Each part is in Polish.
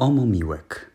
Omomiłek.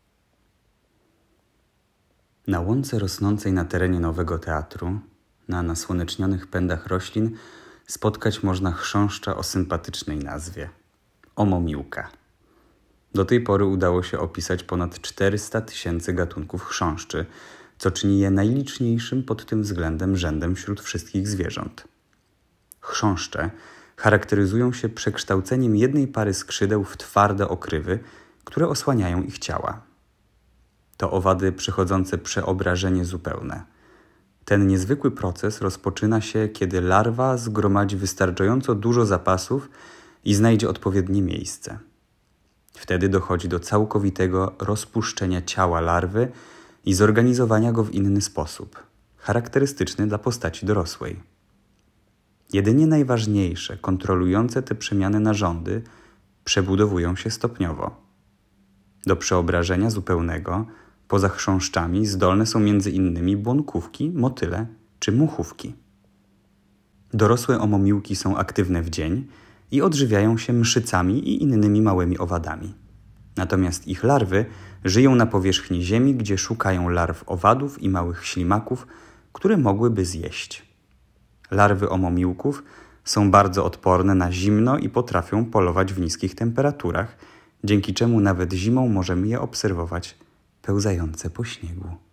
Na łące rosnącej na terenie Nowego Teatru, na nasłonecznionych pędach roślin, spotkać można chrząszcza o sympatycznej nazwie – omomiłka. Do tej pory udało się opisać ponad 400 000 gatunków chrząszczy, co czyni je najliczniejszym pod tym względem rzędem wśród wszystkich zwierząt. Chrząszcze charakteryzują się przekształceniem jednej pary skrzydeł w twarde okrywy, które osłaniają ich ciała. To owady przechodzące przeobrażenie zupełne. Ten niezwykły proces rozpoczyna się, kiedy larwa zgromadzi wystarczająco dużo zapasów i znajdzie odpowiednie miejsce. Wtedy dochodzi do całkowitego rozpuszczenia ciała larwy i zorganizowania go w inny sposób, charakterystyczny dla postaci dorosłej. Jedynie najważniejsze, kontrolujące te przemiany narządy przebudowują się stopniowo. Do przeobrażenia zupełnego, poza chrząszczami, zdolne są m.in. błonkówki, motyle czy muchówki. Dorosłe omomiłki są aktywne w dzień i odżywiają się mszycami i innymi małymi owadami. Natomiast ich larwy żyją na powierzchni ziemi, gdzie szukają larw owadów i małych ślimaków, które mogłyby zjeść. Larwy omomiłków są bardzo odporne na zimno i potrafią polować w niskich temperaturach, dzięki czemu nawet zimą możemy je obserwować pełzające po śniegu.